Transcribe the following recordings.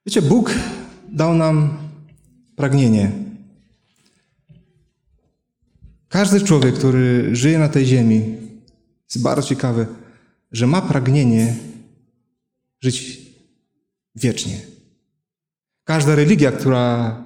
Wiecie, Bóg dał nam pragnienie. Każdy człowiek, który żyje na tej ziemi, jest bardzo ciekawy, że ma pragnienie żyć wiecznie. Każda religia, która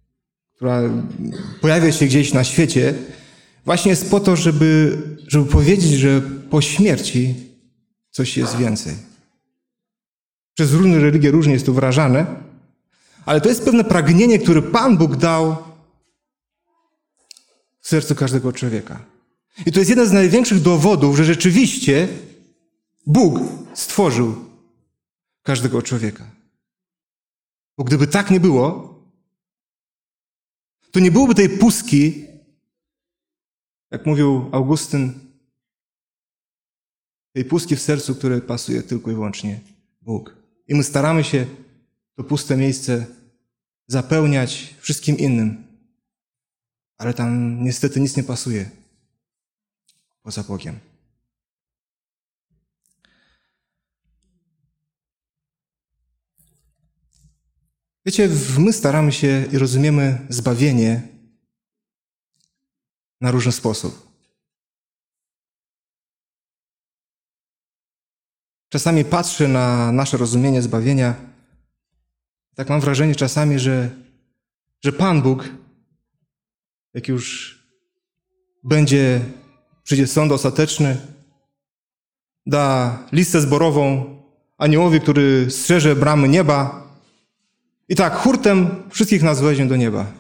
pojawia się gdzieś na świecie, właśnie jest po to, żeby powiedzieć, że po śmierci coś jest więcej. Przez różne religie różnie jest to wyrażane, ale to jest pewne pragnienie, które Pan Bóg dał w sercu każdego człowieka. I to jest jeden z największych dowodów, że rzeczywiście Bóg stworzył każdego człowieka. Bo gdyby tak nie było, to nie byłoby tej pustki, jak mówił Augustyn, tej pustki w sercu, które pasuje tylko i wyłącznie Bóg. I my staramy się to puste miejsce zapełniać wszystkim innym. Ale tam niestety nic nie pasuje poza Bogiem. Wiecie, my staramy się i rozumiemy zbawienie na różny sposób. Czasami patrzę na nasze rozumienie zbawienia, tak mam wrażenie czasami, że Pan Bóg, jak już przyjdzie sąd ostateczny, da listę zborową aniołowi, który strzeże bramy nieba i tak hurtem wszystkich nas weźmie do nieba.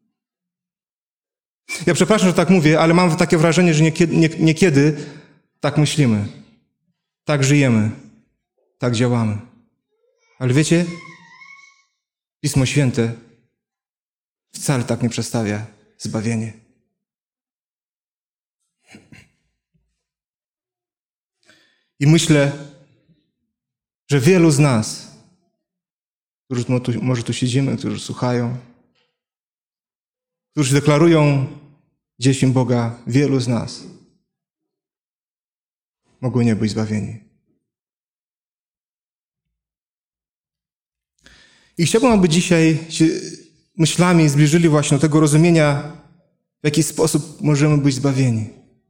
Ja przepraszam, że tak mówię, ale mam takie wrażenie, że niekiedy tak myślimy, tak żyjemy, tak działamy. Ale wiecie, Pismo Święte wcale tak nie przedstawia zbawienie. I myślę, że wielu z nas, którzy może tu siedzimy, którzy słuchają, którzy deklarują dziećmi Boga, wielu z nas mogło nie być zbawieni. I chciałbym, aby dzisiaj się myślami zbliżyli właśnie do tego rozumienia, w jaki sposób możemy być zbawieni.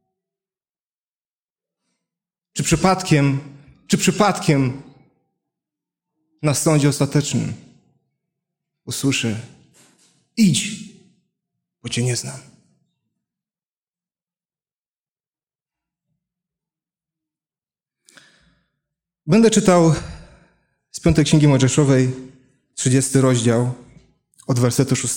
Czy przypadkiem na sądzie ostatecznym usłyszę: idź, bo Cię nie znam. Będę czytał z 5 Księgi Mojżeszowej, 30 rozdział, od wersetu 6.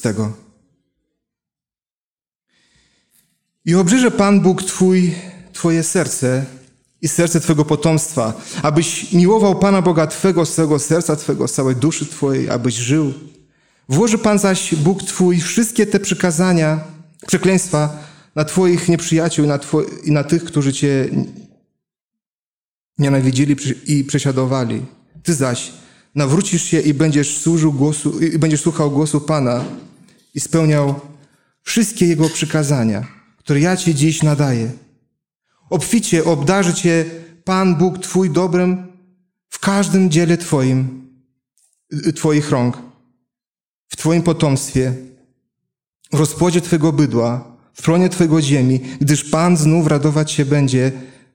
I obrzeże Pan Bóg Twoje serce i serce Twego potomstwa, abyś miłował Pana Boga Twego z całego serca Twego, z całej duszy Twojej, abyś żył. Włoży Pan zaś Bóg Twój wszystkie te przekleństwa na Twoich nieprzyjaciół i na tych, którzy Cię nienawidzili i prześladowali. Ty zaś nawrócisz się i będziesz słuchał głosu Pana i spełniał wszystkie Jego przykazania, które ja Ci dziś nadaję. Obficie obdarzy Cię Pan Bóg Twój dobrem w każdym dziele Twoich rąk, w Twoim potomstwie, w rozpłodzie Twego bydła, w plonie Twojego ziemi, gdyż Pan znów radować się będzie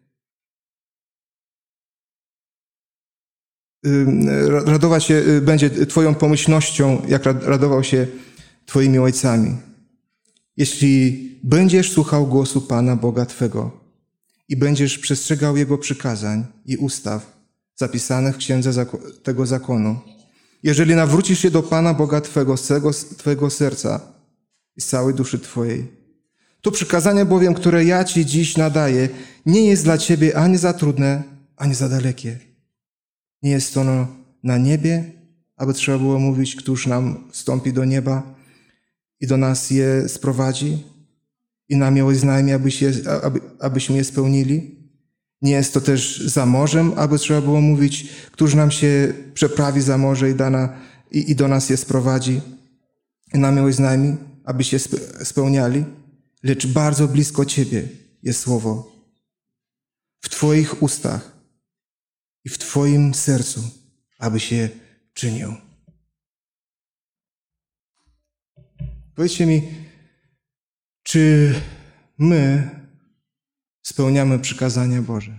Twoją pomyślnością, jak radował się Twoimi ojcami. Jeśli będziesz słuchał głosu Pana Boga Twego i będziesz przestrzegał Jego przykazań i ustaw zapisanych w księdze tego zakonu, jeżeli nawrócisz się do Pana Boga Twego z całego Twojego serca i z całej duszy Twojej, to przykazanie bowiem, które ja Ci dziś nadaję, nie jest dla Ciebie ani za trudne, ani za dalekie. Nie jest ono na niebie, aby trzeba było mówić, któż nam wstąpi do nieba i do nas je sprowadzi i na miłość z nami, abyśmy je spełnili. Nie jest to też za morzem, aby trzeba było mówić, któż nam się przeprawi za morze i do nas je sprowadzi i na miłość z nami, aby się spełniali. Lecz bardzo blisko Ciebie jest słowo w Twoich ustach i w Twoim sercu, aby się czynił. Powiedzcie mi, czy my spełniamy przykazania Boże?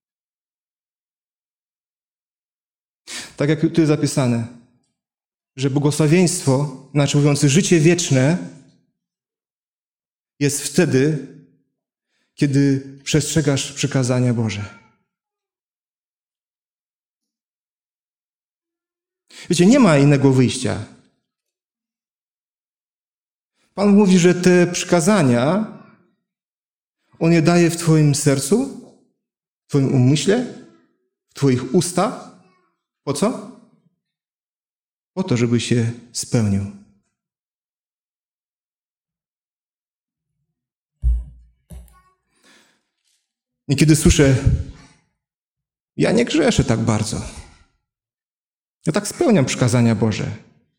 Tak jak tu jest zapisane, że błogosławieństwo, inaczej mówiąc, życie wieczne jest wtedy, kiedy przestrzegasz przykazania Boże. Wiecie, nie ma innego wyjścia. Pan mówi, że te przykazania On je daje w twoim sercu, w twoim umyśle, w twoich ustach. Po co? Po to, żeby się spełnił. Niekiedy słyszę, ja nie grzeszę tak bardzo. Ja tak spełniam przykazania Boże.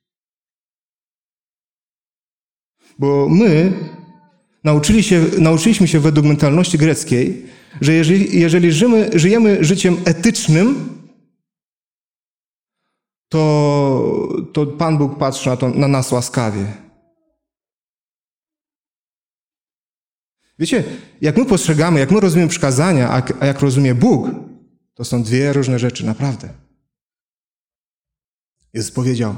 Bo my nauczyliśmy się według mentalności greckiej, że jeżeli żyjemy życiem etycznym, to Pan Bóg patrzy na nas łaskawie. Wiecie, jak my postrzegamy, jak my rozumiemy przykazania, a jak rozumie Bóg, to są dwie różne rzeczy, naprawdę. Jezus powiedział,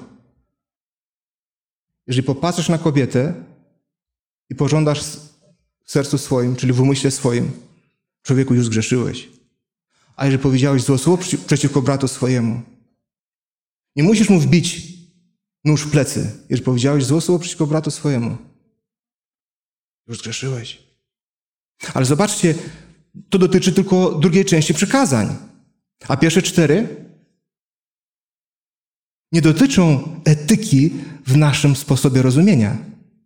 jeżeli popatrzysz na kobietę i pożądasz w sercu swoim, czyli w umyśle swoim, człowieku, już zgrzeszyłeś. A jeżeli powiedziałeś złe słowo przeciwko bratu swojemu, nie musisz mu wbić nóż w plecy. Jeżeli powiedziałeś złe słowo przeciwko bratu swojemu, już zgrzeszyłeś. Ale zobaczcie, to dotyczy tylko drugiej części przykazań. A pierwsze 4 nie dotyczą etyki w naszym sposobie rozumienia.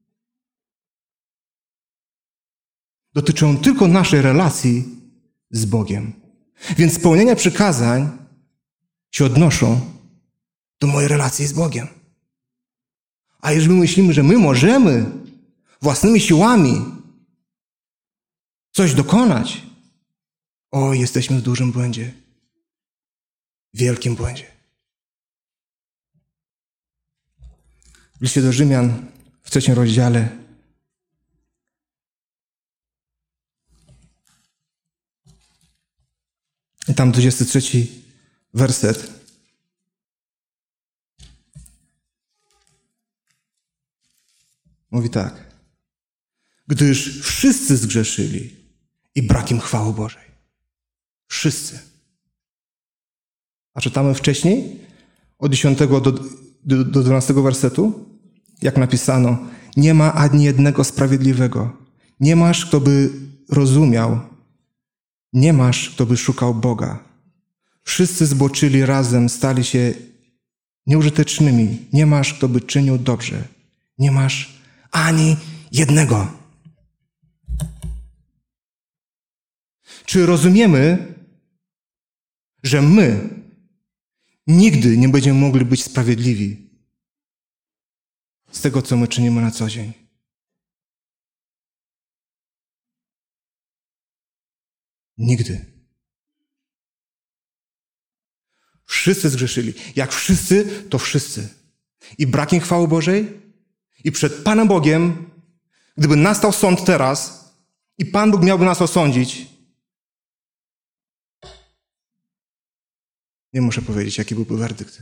Dotyczą tylko naszej relacji z Bogiem. Więc spełnienia przykazań się odnoszą do mojej relacji z Bogiem. A jeżeli my myślimy, że my możemy własnymi siłami coś dokonać, jesteśmy w dużym błędzie. Wielkim błędzie. W liście do Rzymian w 3 rozdziale i tam 23 werset. Mówi tak. Gdyż wszyscy zgrzeszyli i brak im chwały Bożej. Wszyscy. A czytamy wcześniej, od 10 do 12 wersetu, jak napisano, nie ma ani jednego sprawiedliwego. Nie masz, kto by rozumiał. Nie masz, kto by szukał Boga. Wszyscy zboczyli razem, stali się nieużytecznymi. Nie masz, kto by czynił dobrze. Nie masz ani jednego. Czy rozumiemy, że my nigdy nie będziemy mogli być sprawiedliwi z tego, co my czynimy na co dzień? Nigdy. Wszyscy zgrzeszyli. Jak wszyscy, to wszyscy. I brakiem chwały Bożej, i przed Panem Bogiem, gdyby nastał sąd teraz i Pan Bóg miałby nas osądzić, nie muszę powiedzieć, jaki byłby werdykt.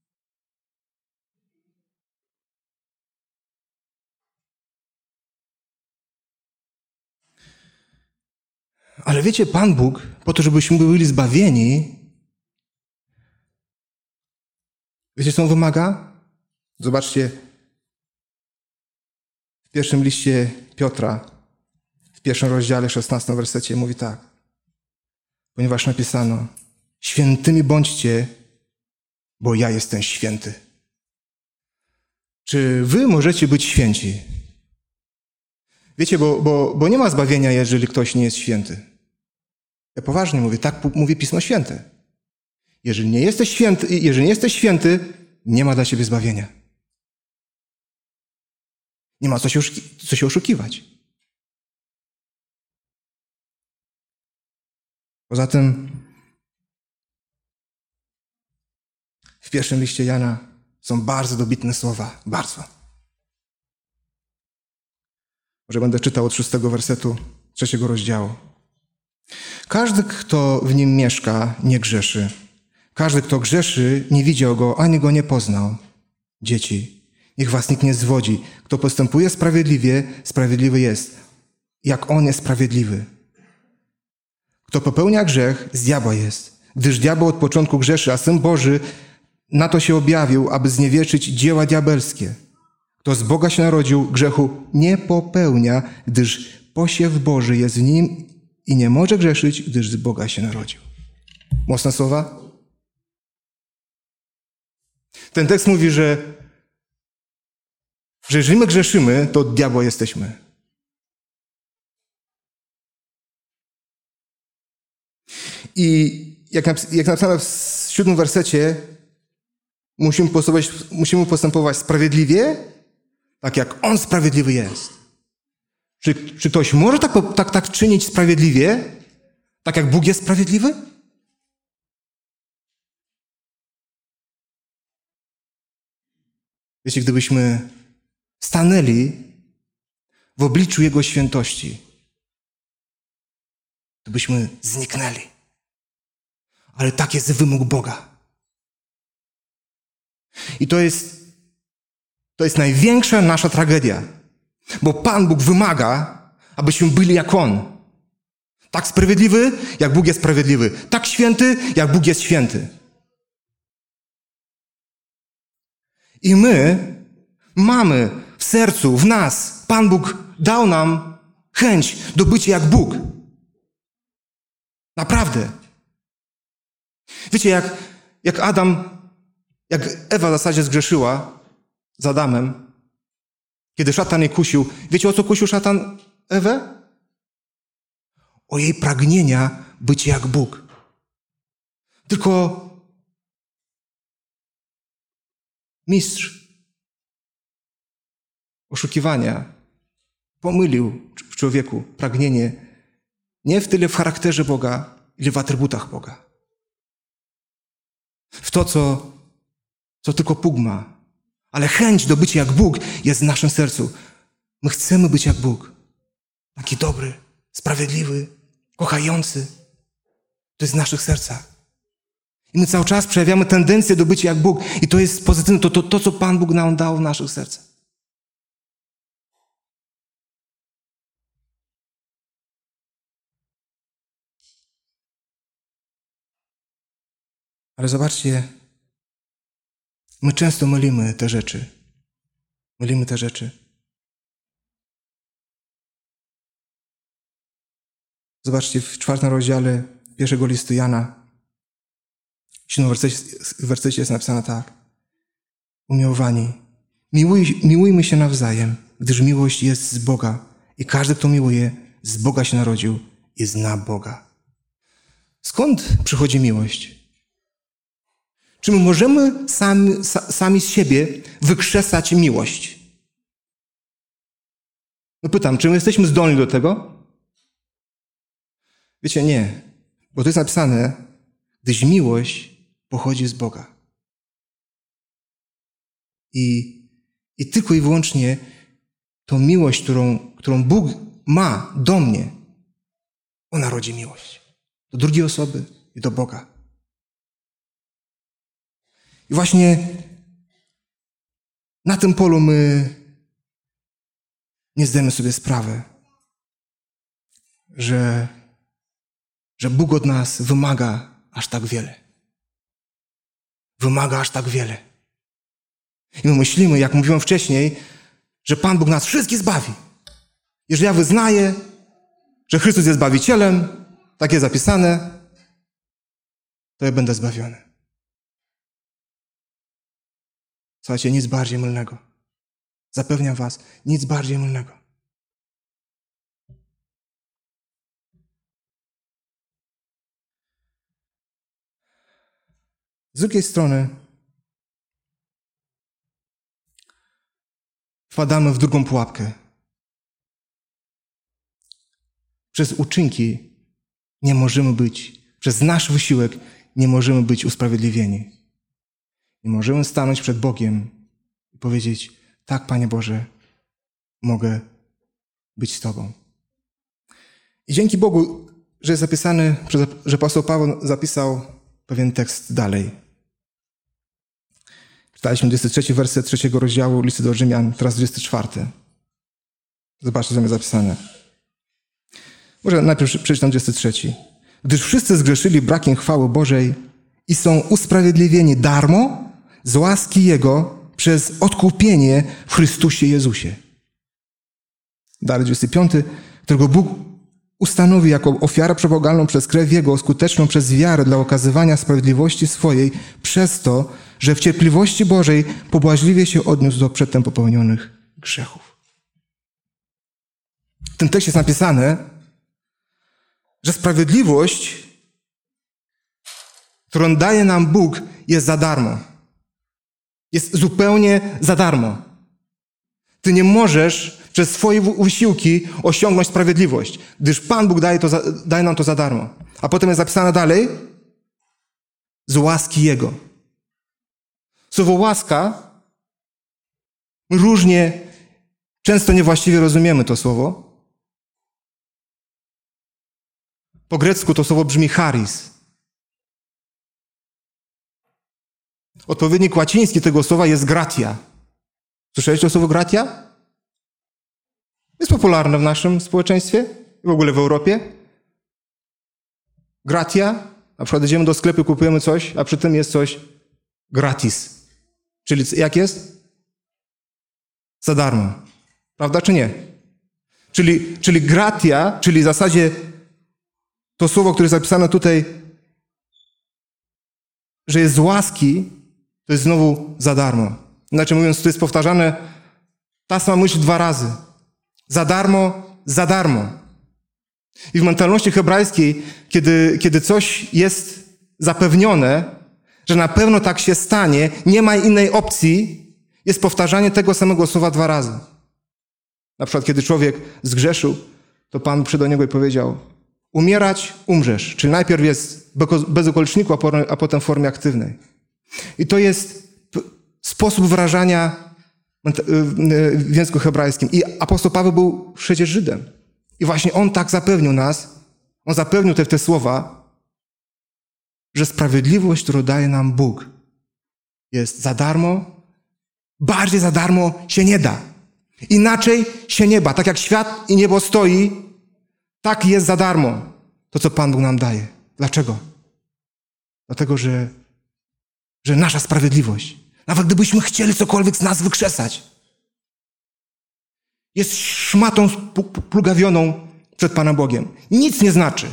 Ale wiecie, Pan Bóg, po to, żebyśmy byli zbawieni, wiecie, co On wymaga? Zobaczcie, w pierwszym liście Piotra, w 1 rozdziale, 16 wersecie mówi tak. Ponieważ napisano, świętymi bądźcie, bo ja jestem święty. Czy wy możecie być święci? Wiecie, bo nie ma zbawienia, jeżeli ktoś nie jest święty. Ja poważnie mówię, tak mówi Pismo Święte. Jeżeli nie jesteś święty, nie ma dla ciebie zbawienia. Nie ma co się oszukiwać. Poza tym w pierwszym liście Jana są bardzo dobitne słowa. Bardzo. Może będę czytał od 6 wersetu 3 rozdziału. Każdy, kto w nim mieszka, nie grzeszy. Każdy, kto grzeszy, nie widział go, ani go nie poznał. Dzieci, niech was nikt nie zwodzi. Kto postępuje sprawiedliwie, sprawiedliwy jest, jak on jest sprawiedliwy. Kto popełnia grzech, z diabła jest, gdyż diabeł od początku grzeszy, a Syn Boży na to się objawił, aby zniewieczyć dzieła diabelskie. Kto z Boga się narodził, grzechu nie popełnia, gdyż posiew Boży jest w nim i nie może grzeszyć, gdyż z Boga się narodził. Mocne słowa? Ten tekst mówi, że jeżeli my grzeszymy, to od diabła jesteśmy. I jak napisane w 7 wersecie, musimy postępować sprawiedliwie, tak jak On sprawiedliwy jest. Czy ktoś może tak czynić sprawiedliwie, tak jak Bóg jest sprawiedliwy? Wiecie, gdybyśmy stanęli w obliczu Jego świętości, to byśmy zniknęli. Ale tak jest wymóg Boga. I to jest największa nasza tragedia. Bo Pan Bóg wymaga, abyśmy byli jak On. Tak sprawiedliwy, jak Bóg jest sprawiedliwy. Tak święty, jak Bóg jest święty. I my mamy w sercu, w nas, Pan Bóg dał nam chęć do bycia jak Bóg. Naprawdę. Wiecie, jak Ewa w zasadzie zgrzeszyła z Adamem, kiedy szatan jej kusił. Wiecie, o co kusił szatan Ewę? O jej pragnienia bycia jak Bóg. Tylko mistrz oszukiwania pomylił w człowieku pragnienie nie w tyle w charakterze Boga, ile w atrybutach Boga. W to, co tylko Bóg ma. Ale chęć do bycia jak Bóg jest w naszym sercu. My chcemy być jak Bóg. Taki dobry, sprawiedliwy, kochający. To jest w naszych sercach. I my cały czas przejawiamy tendencję do bycia jak Bóg. I to jest pozytywne, to co Pan Bóg nam dał w naszych sercach. Ale zobaczcie, my często mylimy te rzeczy. Zobaczcie, w 4 rozdziale 1 listu Jana, w 7 wersecie jest napisane tak. Umiłowani, miłujmy się nawzajem, gdyż miłość jest z Boga i każdy, kto miłuje, z Boga się narodził i zna Boga. Skąd przychodzi miłość? Czy my możemy sami z siebie wykrzesać miłość? No pytam, czy my jesteśmy zdolni do tego? Wiecie, nie. Bo to jest napisane, gdyż miłość pochodzi z Boga. I tylko i wyłącznie tą miłość, którą Bóg ma do mnie, ona rodzi miłość. Do drugiej osoby i do Boga. I właśnie na tym polu my nie zdajemy sobie sprawy, że Bóg od nas wymaga aż tak wiele. Wymaga aż tak wiele. I my myślimy, jak mówiłem wcześniej, że Pan Bóg nas wszystkich zbawi. Jeżeli ja wyznaję, że Chrystus jest Zbawicielem, tak jest zapisane, to ja będę zbawiony. Słuchajcie, nic bardziej mylnego. Zapewniam was, nic bardziej mylnego. Z drugiej strony wpadamy w drugą pułapkę. Przez uczynki nie możemy być, przez nasz wysiłek nie możemy być usprawiedliwieni. Nie możemy stanąć przed Bogiem i powiedzieć, tak, Panie Boże, być z Tobą. I dzięki Bogu, że jest zapisany, że apostoł Paweł zapisał pewien tekst dalej. Czytaliśmy 23 werset 3 rozdziału listu do Rzymian, teraz 24. Zobaczcie, co jest zapisane. Może najpierw przeczytam 23. Gdyż wszyscy zgrzeszyli brakiem chwały Bożej i są usprawiedliwieni darmo z łaski Jego przez odkupienie w Chrystusie Jezusie. Dalej 25. Którego Bóg ustanowi jako ofiarę przebłagalną przez krew Jego, skuteczną przez wiarę dla okazywania sprawiedliwości swojej, przez to, że w cierpliwości Bożej pobłażliwie się odniósł do przedtem popełnionych grzechów. W tym tekście jest napisane, że sprawiedliwość, którą daje nam Bóg, jest za darmo. Jest zupełnie za darmo. Ty nie możesz przez swoje wysiłki osiągnąć sprawiedliwość, gdyż Pan Bóg daje nam to za darmo. A potem jest zapisane dalej, z łaski Jego. Słowo łaska, my różnie, często niewłaściwie rozumiemy to słowo. Po grecku to słowo brzmi charis. Odpowiednik łaciński tego słowa jest gratia. Słyszeliście o słowo gratia? Jest popularne w naszym społeczeństwie i w ogóle w Europie. Gratia, na przykład idziemy do sklepu, kupujemy coś, a przy tym jest coś gratis. Czyli jak jest? Za darmo. Prawda czy nie? Czyli gratia, czyli w zasadzie to słowo, które jest zapisane tutaj, że jest z łaski, to jest znowu za darmo. Inaczej mówiąc, tu jest powtarzane ta sama myśl 2 razy. Za darmo, za darmo. I w mentalności hebrajskiej, kiedy coś jest zapewnione, że na pewno tak się stanie, nie ma innej opcji, jest powtarzanie tego samego słowa 2 razy. Na przykład, kiedy człowiek zgrzeszył, to Pan przyszedł do niego i powiedział: umierać, umrzesz. Czyli najpierw jest bez okoliczniku, a potem w formie aktywnej. I to jest sposób wyrażania w języku hebrajskim. I apostoł Paweł był przecież Żydem. I właśnie on tak zapewnił nas, on zapewnił te słowa, że sprawiedliwość, którą daje nam Bóg, jest za darmo, bardziej za darmo się nie da. Inaczej się nie da. Tak jak świat i niebo stoi, tak jest za darmo to, co Pan Bóg nam daje. Dlaczego? Dlatego, że nasza sprawiedliwość, nawet gdybyśmy chcieli cokolwiek z nas wykrzesać, jest szmatą plugawioną przed Panem Bogiem. Nic nie znaczy.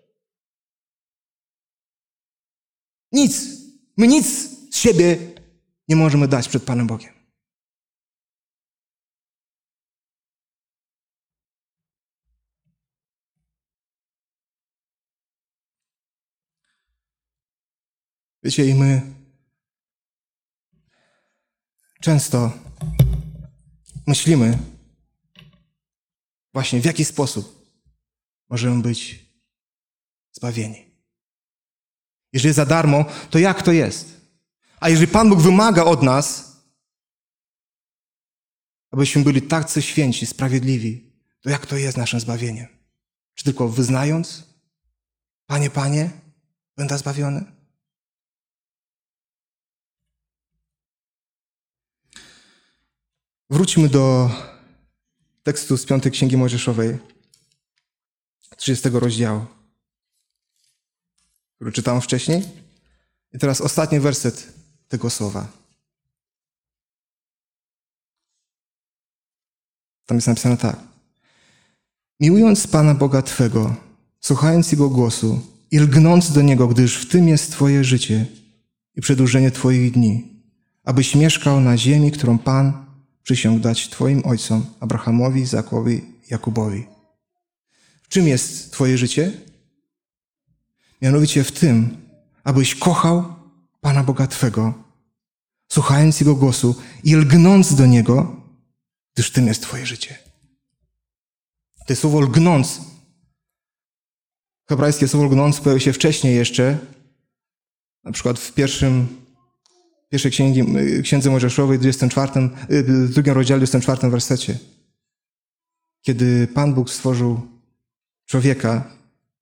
Nic. My nic z siebie nie możemy dać przed Panem Bogiem. Wiecie, i my często myślimy właśnie, w jaki sposób możemy być zbawieni. Jeżeli jest za darmo, to jak to jest? A jeżeli Pan Bóg wymaga od nas, abyśmy byli tacy święci, sprawiedliwi, to jak to jest naszym zbawieniem? Czy tylko wyznając: Panie, Panie, będę zbawiony? Wróćmy do tekstu z 5 Księgi Mojżeszowej, 30 rozdziału, który czytałem wcześniej. I teraz ostatni werset tego słowa. Tam jest napisane tak. Miłując Pana Boga Twego, słuchając Jego głosu i lgnąc do Niego, gdyż w tym jest Twoje życie i przedłużenie Twoich dni, abyś mieszkał na ziemi, którą Pan przysiągł dać Twoim ojcom, Abrahamowi, Izakowi i Jakubowi. W czym jest Twoje życie? Mianowicie w tym, abyś kochał Pana Boga Twego, słuchając Jego głosu i lgnąc do Niego, gdyż w tym jest Twoje życie. To słowo lgnąc, hebrajskie słowo lgnąc pojawiło się wcześniej jeszcze, na przykład w pierwszej Księdze Mojżeszowej, w 2 rozdziale, 24 wersecie. kiedy Pan Bóg stworzył człowieka,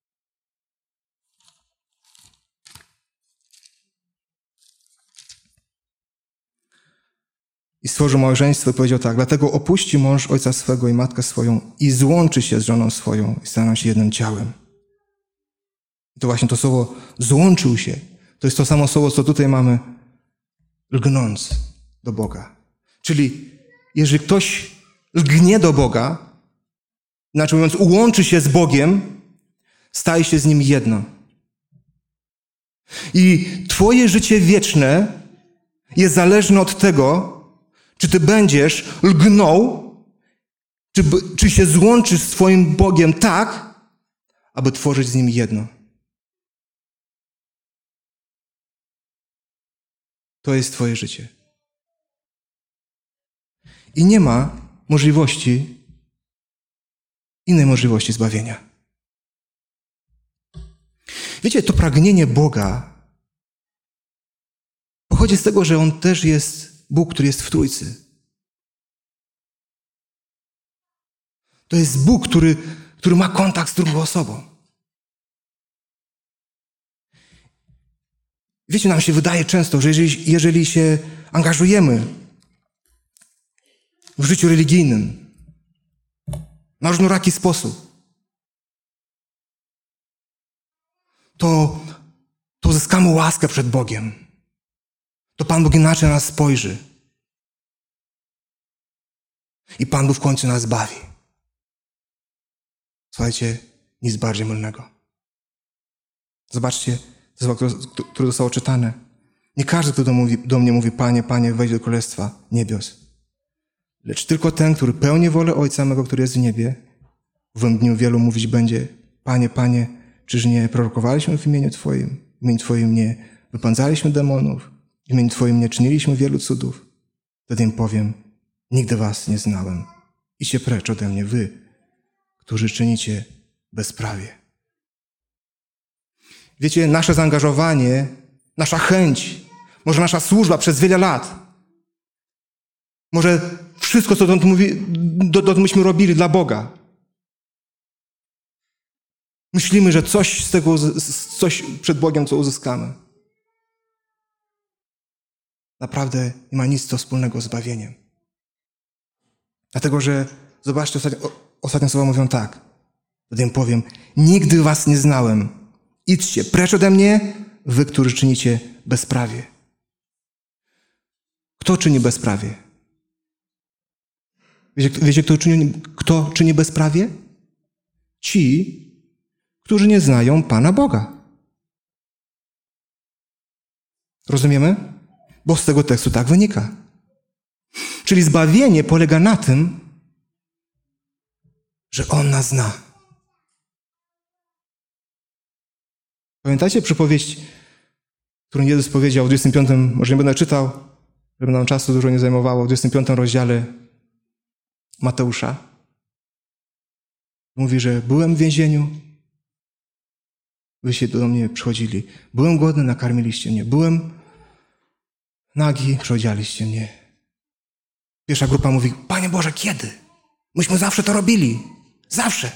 i stworzył małżeństwo i powiedział tak: dlatego opuści mąż ojca swego i matkę swoją i złączy się z żoną swoją i staną się jednym ciałem. I to właśnie to słowo złączył się. To jest to samo słowo, co tutaj mamy, lgnąc do Boga. Czyli jeżeli ktoś lgnie do Boga, inaczej mówiąc, ułączy się z Bogiem, staje się z Nim jedno. I Twoje życie wieczne jest zależne od tego, czy Ty będziesz lgnął, czy się złączysz z Twoim Bogiem tak, aby tworzyć z Nim jedno. To jest Twoje życie. I nie ma innej możliwości zbawienia. Wiecie, to pragnienie Boga pochodzi z tego, że On też jest Bóg, który jest w Trójcy. To jest Bóg, który ma kontakt z drugą osobą. Wiecie, nam się wydaje często, że jeżeli się angażujemy w życiu religijnym na różnoraki sposób, to uzyskamy łaskę przed Bogiem. To Pan Bóg inaczej na nas spojrzy. I Pan Bóg w końcu nas zbawi. Słuchajcie, nic bardziej mylnego. Zobaczcie, to słowo, które zostało czytane. Nie każdy, kto do mnie mówi: Panie, Panie, wejdź do Królestwa Niebios. Lecz tylko ten, który pełni wolę Ojca mego, który jest w niebie. W owym dniu wielu mówić będzie: Panie, Panie, czyż nie prorokowaliśmy w imieniu Twoim? W imieniu Twoim nie wypędzaliśmy demonów? W imieniu Twoim nie czyniliśmy wielu cudów? Wtedy im powiem: nigdy was nie znałem. Idźcie precz ode mnie, wy, którzy czynicie bezprawie. Wiecie, nasze zaangażowanie, nasza chęć, może nasza służba przez wiele lat, może wszystko, co dotąd myśmy robili dla Boga. Myślimy, że coś z tego, coś przed Bogiem, co uzyskamy. Naprawdę nie ma nic wspólnego z zbawieniem. Dlatego, że zobaczcie, ostatnie słowa mówią tak. Wtedy im powiem: nigdy was nie znałem. Idźcie precz ode mnie, wy, którzy czynicie bezprawie. Kto czyni bezprawie? Wiecie, kto czyni bezprawie? Ci, którzy nie znają Pana Boga. Rozumiemy? Bo z tego tekstu tak wynika. Czyli zbawienie polega na tym, że On nas zna. Pamiętacie przypowieść, którą Jezus powiedział w 25, może nie będę czytał, żeby nam czasu dużo nie zajmowało, w 25 rozdziale Mateusza. Mówi, że byłem w więzieniu, wyście do mnie przychodzili. Byłem głodny, nakarmiliście mnie. Byłem nagi, przyodzialiście mnie. Pierwsza grupa mówi: Panie Boże, kiedy? Myśmy zawsze to robili. Zawsze.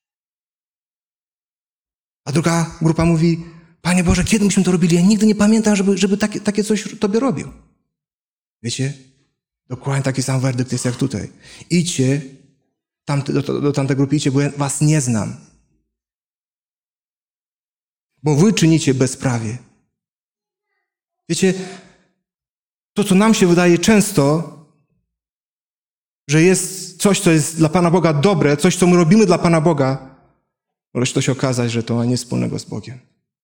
A druga grupa mówi: Panie Boże, kiedy myśmy to robili? Ja nigdy nie pamiętam, żeby takie coś Tobie robił. Wiecie? Dokładnie taki sam werdykt jest jak tutaj. Idźcie do tamtej grupy, idźcie, bo ja was nie znam. Bo wy czynicie bezprawie. Wiecie, to co nam się wydaje często, że jest coś, co jest dla Pana Boga dobre, coś, co my robimy dla Pana Boga, może to się okazać, że to ma nic wspólnego z Bogiem.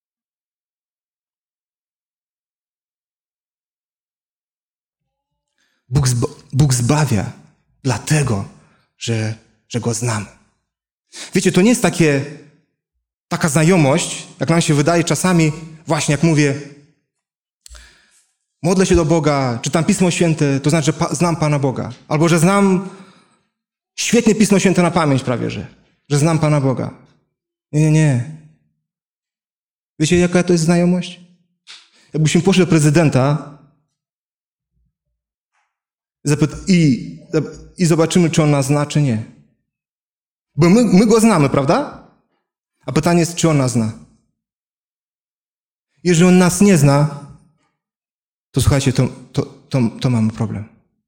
Bóg zbawia dlatego, że Go znamy. Wiecie, to nie jest taka znajomość, jak nam się wydaje czasami, właśnie jak mówię, modlę się do Boga, czytam Pismo Święte, to znaczy, że znam Pana Boga. Albo, że znam świetnie Pismo Święte na pamięć prawie, że znam Pana Boga. Nie. Wiecie, jaka to jest znajomość? Jakbyśmy poszli do prezydenta i zobaczymy, czy on nas zna, czy nie. Bo my Go znamy, prawda? A pytanie jest, czy On nas zna? Jeżeli On nas nie zna, to słuchajcie, to mamy problem.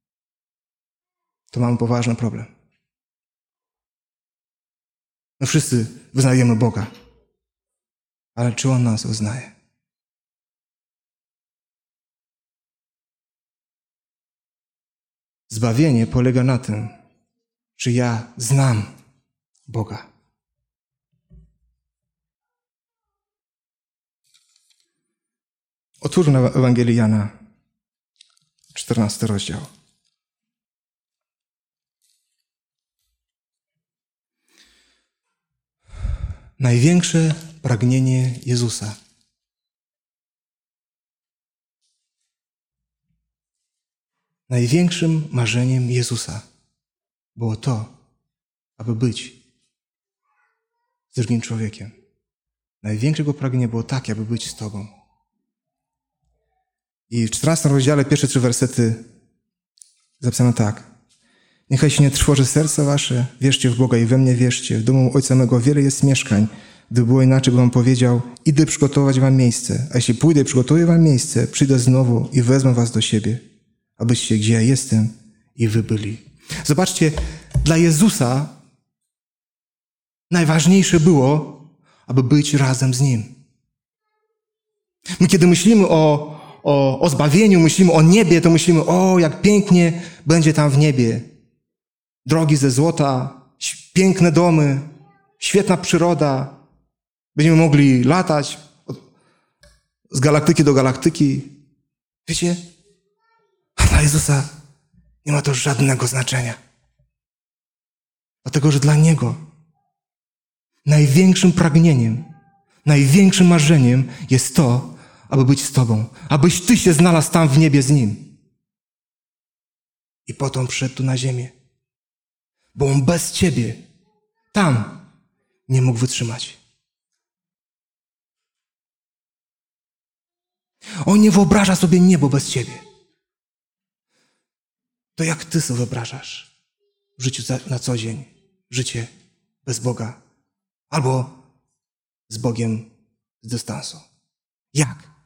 To mamy poważny problem. My wszyscy wyznajemy Boga. Ale czy On nas uznaje? Zbawienie polega na tym, czy ja znam Boga. Otwórzmy na Ewangelię Jana, 14 rozdział. Największe pragnienie Jezusa. Największym marzeniem Jezusa było to, aby być z drugim człowiekiem. Największego pragnienia było takie, aby być z Tobą. I w 14 rozdziale pierwsze 3 wersety zapisano tak. Niechaj się nie trwoży serce wasze, wierzcie w Boga i we mnie wierzcie. W domu Ojca mego wiele jest mieszkań. Gdyby było inaczej, bym wam powiedział, idę przygotować wam miejsce. A jeśli pójdę i przygotuję wam miejsce, przyjdę znowu i wezmę was do siebie, abyście, gdzie ja jestem, i wy byli. Zobaczcie, dla Jezusa najważniejsze było, aby być razem z Nim. My kiedy myślimy o zbawieniu, myślimy o niebie, to myślimy, jak pięknie będzie tam w niebie. Drogi ze złota, piękne domy, świetna przyroda. Będziemy mogli latać z galaktyki do galaktyki. Wiecie, dla Jezusa nie ma to żadnego znaczenia. Dlatego, że dla Niego największym pragnieniem, największym marzeniem jest to, aby być z Tobą. Abyś Ty się znalazł tam w niebie z Nim. I potem przyszedł tu na ziemię. Bo On bez Ciebie tam nie mógł wytrzymać. On nie wyobraża sobie niebo bez Ciebie. To jak Ty sobie wyobrażasz w życiu na co dzień życie bez Boga albo z Bogiem z dystansu? Jak?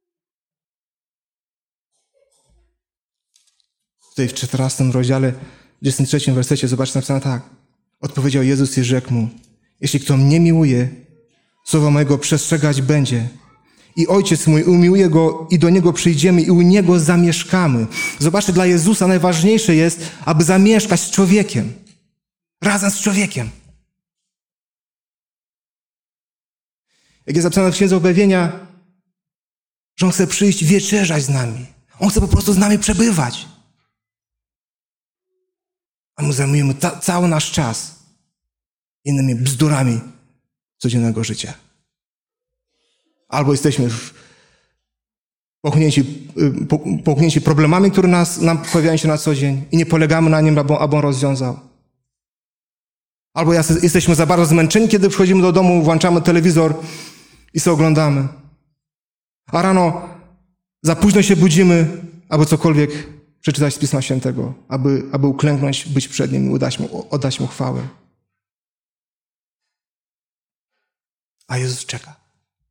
Tutaj w 14 rozdziale, w 23 wersecie, zobaczcie napisane tak. Odpowiedział Jezus i rzekł mu, jeśli kto mnie miłuje, słowa mojego przestrzegać będzie. I Ojciec mój umiłuje go i do Niego przyjdziemy i u Niego zamieszkamy. Zobaczcie, dla Jezusa najważniejsze jest, aby zamieszkać z człowiekiem. Razem z człowiekiem. Jak jest zapisane w Księdze Objawienia, że On chce przyjść wieczerzać z nami. On chce po prostu z nami przebywać. A my zajmujemy cały nasz czas innymi bzdurami codziennego życia. Albo jesteśmy pochłonięci problemami, które nam pojawiają się na co dzień i nie polegamy na nim, aby On rozwiązał. Albo jesteśmy za bardzo zmęczeni, kiedy przychodzimy do domu, włączamy telewizor i sobie oglądamy. A rano za późno się budzimy, aby cokolwiek przeczytać z Pisma Świętego, aby uklęknąć, być przed Nim i oddać Mu chwałę. A Jezus czeka.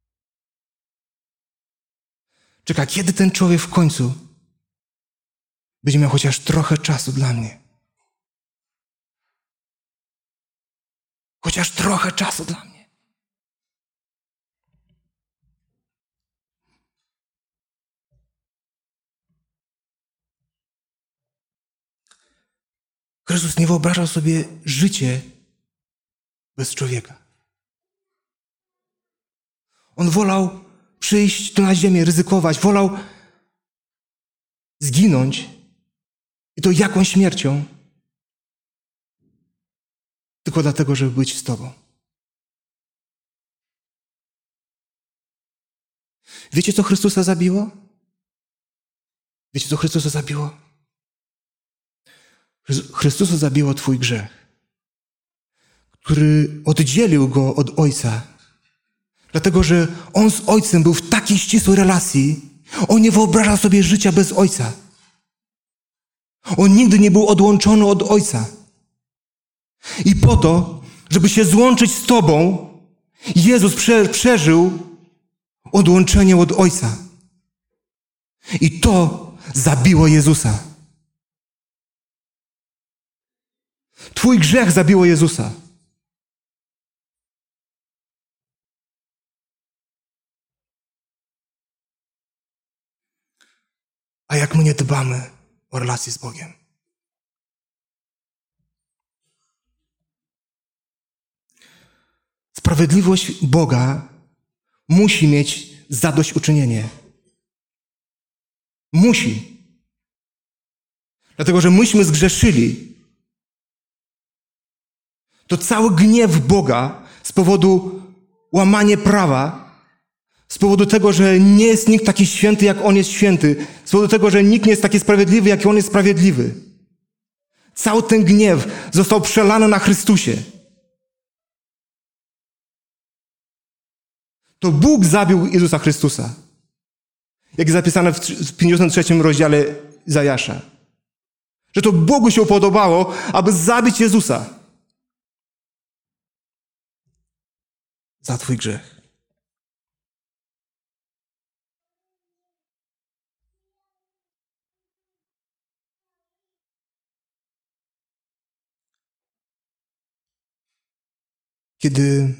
Czeka, kiedy ten człowiek w końcu będzie miał chociaż trochę czasu dla mnie. Chociaż trochę czasu dla mnie. Chrystus nie wyobrażał sobie życie bez człowieka. On wolał przyjść tu na ziemię, ryzykować, wolał zginąć i to jakąś śmiercią, tylko dlatego, żeby być z Tobą. Wiecie, co Chrystusa zabiło? Wiecie, co Chrystusa zabiło? Chrystusa zabiło Twój grzech, który oddzielił Go od Ojca. Dlatego, że On z Ojcem był w takiej ścisłej relacji, On nie wyobrażał sobie życia bez Ojca. On nigdy nie był odłączony od Ojca. I po to, żeby się złączyć z Tobą, Jezus przeżył odłączenie od Ojca. I to zabiło Jezusa. Twój grzech zabiło Jezusa. A jak my nie dbamy o relacje z Bogiem? Sprawiedliwość Boga musi mieć zadośćuczynienie. Musi. Dlatego, że myśmy zgrzeszyli. To cały gniew Boga z powodu łamania prawa, z powodu tego, że nie jest nikt taki święty, jak On jest święty, z powodu tego, że nikt nie jest taki sprawiedliwy, jak On jest sprawiedliwy. Cały ten gniew został przelany na Chrystusie. To Bóg zabił Jezusa Chrystusa. Jak jest zapisane w 53 rozdziale Izajasza. Że to Bogu się podobało, aby zabić Jezusa. Za twój grzech. Kiedy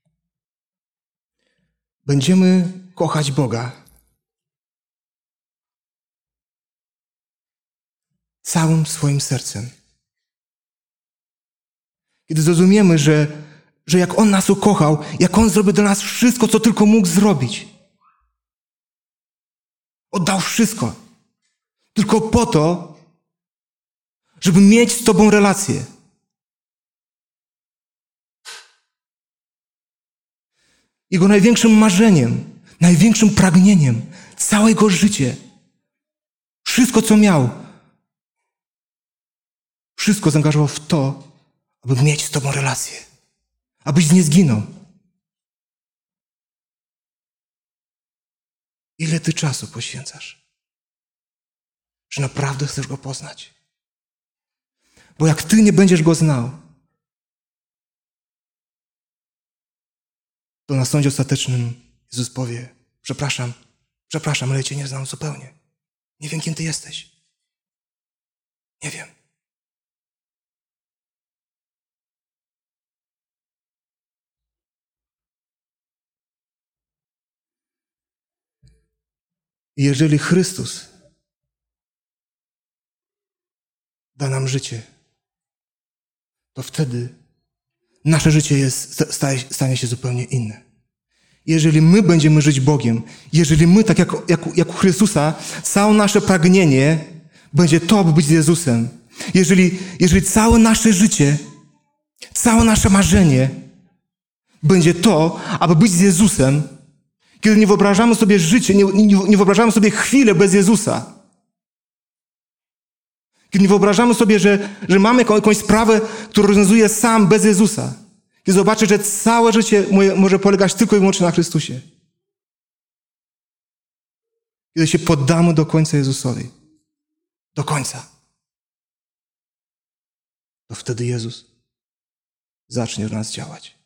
będziemy kochać Boga całym swoim sercem, kiedy zrozumiemy, że jak On nas ukochał, jak On zrobił dla nas wszystko, co tylko mógł zrobić. Oddał wszystko. Tylko po to, żeby mieć z Tobą relację. Jego największym marzeniem, największym pragnieniem, całe Jego życie, wszystko, co miał, wszystko zaangażował w to, aby mieć z Tobą relację. Abyś nie zginął. Ile Ty czasu poświęcasz? Że naprawdę chcesz Go poznać? Bo jak Ty nie będziesz Go znał, to na sądzie ostatecznym Jezus powie: przepraszam, ale Cię nie znam zupełnie. Nie wiem, kim Ty jesteś. Nie wiem. I jeżeli Chrystus da nam życie, to wtedy nasze życie stanie się zupełnie inne. Jeżeli my będziemy żyć Bogiem, jeżeli my, tak jak u Chrystusa, całe nasze pragnienie będzie to, aby być z Jezusem. Jeżeli całe nasze życie, całe nasze marzenie będzie to, aby być z Jezusem, kiedy nie wyobrażamy sobie życie, nie wyobrażamy sobie chwilę bez Jezusa. Kiedy nie wyobrażamy sobie, że mamy jakąś sprawę, którą rozwiązuje sam bez Jezusa. Kiedy zobaczę, że całe życie może polegać tylko i wyłącznie na Chrystusie. Kiedy się poddamy do końca Jezusowi. Do końca. To wtedy Jezus zacznie w nas działać.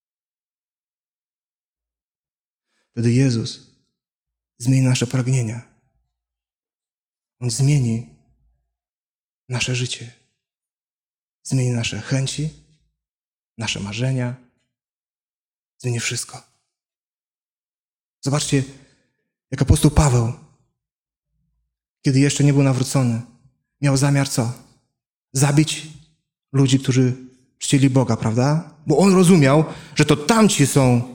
Wtedy Jezus zmieni nasze pragnienia. On zmieni nasze życie. Zmieni nasze chęci, nasze marzenia. Zmieni wszystko. Zobaczcie, jak apostoł Paweł, kiedy jeszcze nie był nawrócony, miał zamiar co? Zabić ludzi, którzy czcili Boga, prawda? Bo on rozumiał, że to tamci są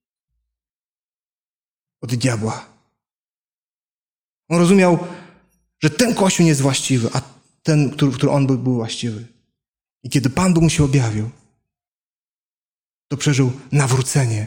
od diabła. On rozumiał, że ten Kościół nie jest właściwy, a ten, który on był właściwy. I kiedy Pan Bóg mu się objawił, to przeżył nawrócenie.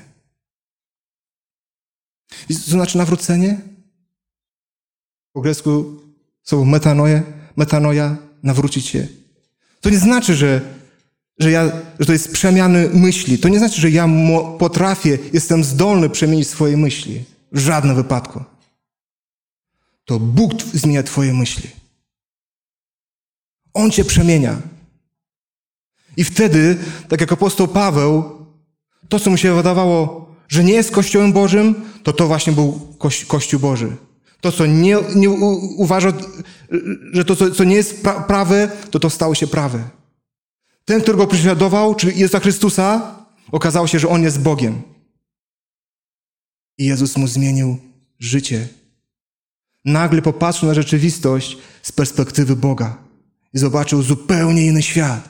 I co znaczy nawrócenie? Po grecku słowo metanoia, nawrócić się. To nie znaczy, że to jest przemiany myśli. To nie znaczy, że ja potrafię, jestem zdolny przemienić swoje myśli. W żadnym wypadku. To Bóg zmienia twoje myśli. On cię przemienia. I wtedy, tak jak apostoł Paweł, to, co mu się wydawało, że nie jest Kościołem Bożym, to właśnie był Kościół Boży. To, co nie uważa, że to, co nie jest prawe, to stało się prawe. Ten, który go prześladował, czyli Jezusa Chrystusa, okazało się, że On jest Bogiem. I Jezus mu zmienił życie. Nagle popatrzył na rzeczywistość z perspektywy Boga i zobaczył zupełnie inny świat.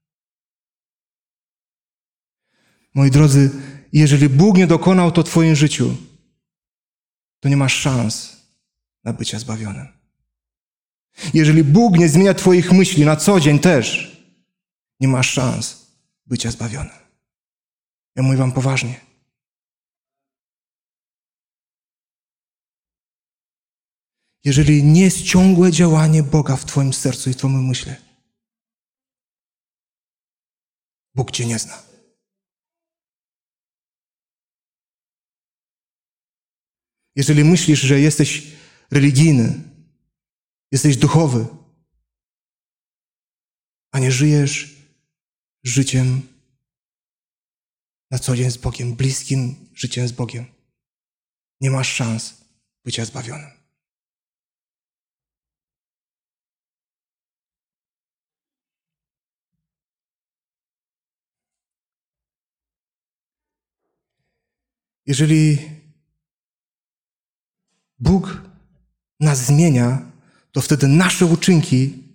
Moi drodzy, jeżeli Bóg nie dokonał to w twoim życiu, to nie masz szans na bycie zbawionym. Jeżeli Bóg nie zmienia twoich myśli na co dzień też, nie masz szans bycia zbawionym. Ja mówię wam poważnie. Jeżeli nie jest ciągłe działanie Boga w twoim sercu i w twoim umyśle, Bóg cię nie zna. Jeżeli myślisz, że jesteś religijny, jesteś duchowy, a nie żyjesz życiem na co dzień z Bogiem, bliskim życiem z Bogiem, nie masz szans bycia zbawionym. Jeżeli Bóg nas zmienia, to wtedy nasze uczynki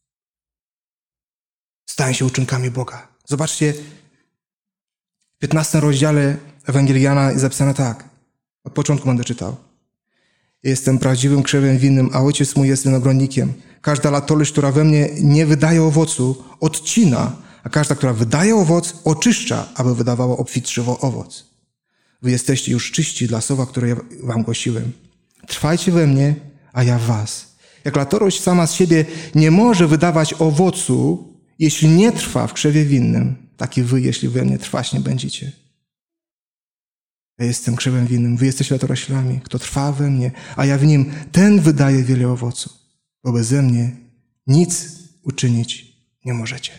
stają się uczynkami Boga. Zobaczcie, w 15 rozdziale Ewangelii Jana jest zapisane tak. Od początku będę czytał. Jestem prawdziwym krzewem winnym, a Ojciec mój jest winogronnikiem. Każda latorośl, która we mnie nie wydaje owocu, odcina, a każda, która wydaje owoc, oczyszcza, aby wydawała obfitszy owoc. Wy jesteście już czyści dla słowa, które ja wam głosiłem. Trwajcie we mnie, a ja w was. Jak latorośl sama z siebie nie może wydawać owocu, jeśli nie trwa w krzewie winnym, tak i wy, jeśli we mnie trwać nie będziecie. Ja jestem krzewem winnym, wy jesteście latoroślami. Kto trwa we mnie, a ja w nim, ten wydaje wiele owocu. Bo beze mnie nic uczynić nie możecie.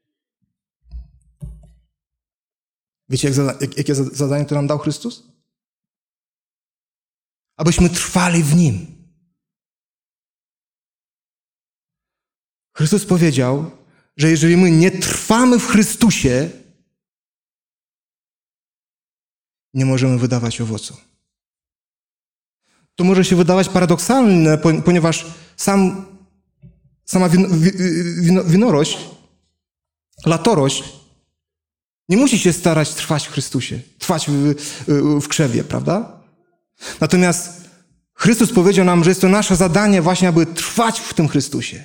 Wiecie, jakie zadanie to nam dał Chrystus? Abyśmy trwali w Nim. Chrystus powiedział, że jeżeli my nie trwamy w Chrystusie, nie możemy wydawać owocu. To może się wydawać paradoksalne, ponieważ sama winorośl, latorośl, nie musi się starać trwać w Chrystusie, trwać w krzewie, prawda? Natomiast Chrystus powiedział nam, że jest to nasze zadanie właśnie, aby trwać w tym Chrystusie.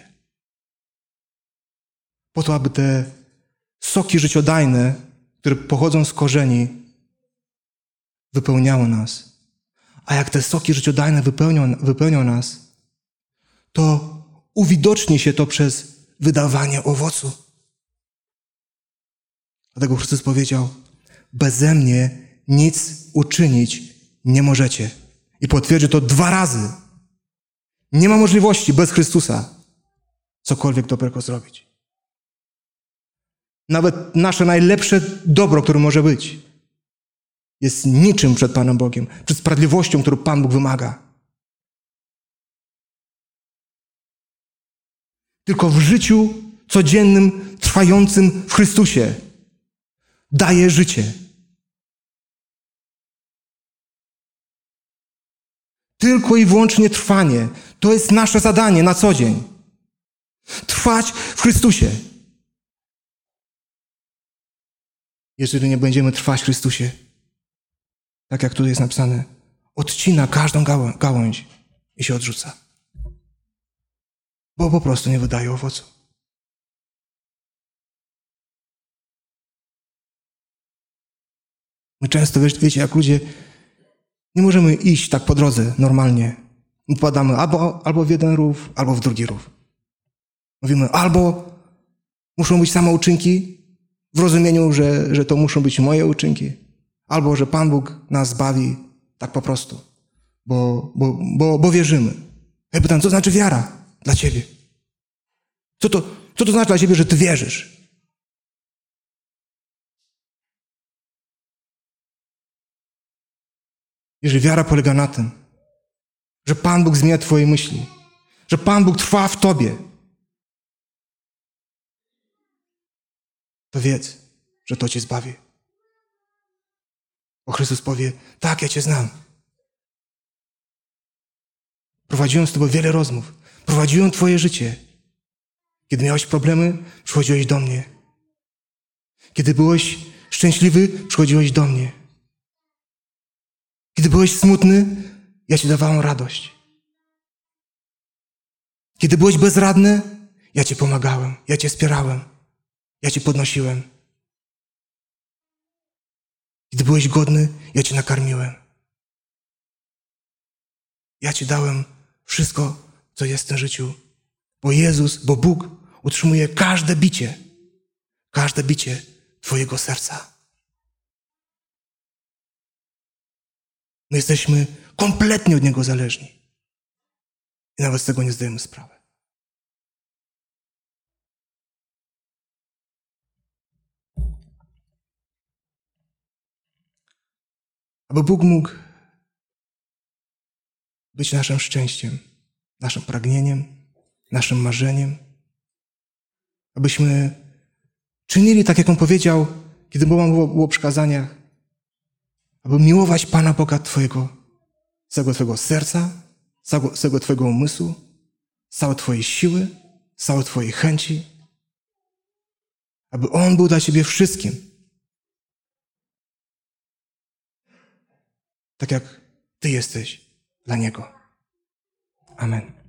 Po to, aby te soki życiodajne, które pochodzą z korzeni, wypełniały nas. A jak te soki życiodajne wypełnią nas, to uwidoczni się to przez wydawanie owocu. Dlatego Chrystus powiedział, beze mnie nic uczynić nie możecie. I potwierdził to 2 razy. Nie ma możliwości bez Chrystusa cokolwiek dobrego zrobić. Nawet nasze najlepsze dobro, które może być, jest niczym przed Panem Bogiem, przed sprawiedliwością, którą Pan Bóg wymaga. Tylko w życiu codziennym, trwającym w Chrystusie daje życie. Tylko i wyłącznie trwanie. To jest nasze zadanie na co dzień. Trwać w Chrystusie. Jeżeli nie będziemy trwać w Chrystusie, tak jak tu jest napisane, odcina każdą gałąź i się odrzuca. Bo po prostu nie wydaje owocu. My często, wiecie, jak ludzie, nie możemy iść tak po drodze normalnie. Upadamy albo w jeden rów, albo w drugi rów. Mówimy, albo muszą być same uczynki, w rozumieniu, że to muszą być moje uczynki, albo że Pan Bóg nas zbawi tak po prostu, bo wierzymy. Ja pytam, co znaczy wiara dla ciebie? Co to znaczy dla ciebie, że ty wierzysz? Jeżeli wiara polega na tym, że Pan Bóg zmienia twoje myśli, że Pan Bóg trwa w tobie, to wiedz, że to cię zbawi. Bo Chrystus powie, tak, ja cię znam. Prowadziłem z tobą wiele rozmów. Prowadziłem twoje życie. Kiedy miałeś problemy, przychodziłeś do mnie. Kiedy byłeś szczęśliwy, przychodziłeś do mnie. Kiedy byłeś smutny, ja ci dawałem radość. Kiedy byłeś bezradny, ja ci pomagałem, ja cię wspierałem, ja cię podnosiłem. Kiedy byłeś głodny, ja cię nakarmiłem. Ja ci dałem wszystko, co jest w tym życiu. Bo Jezus, bo Bóg utrzymuje każde bicie twojego serca. My jesteśmy kompletnie od Niego zależni. I nawet z tego nie zdajemy sprawy. Aby Bóg mógł być naszym szczęściem, naszym pragnieniem, naszym marzeniem. Abyśmy czynili tak, jak On powiedział, kiedy było o przykazaniach, aby miłować Pana Boga Twojego, z całego Twojego serca, z całego Twojego umysłu, z całej Twojej siły, z całej Twojej chęci. Aby On był dla Ciebie wszystkim. Tak jak Ty jesteś dla Niego. Amen.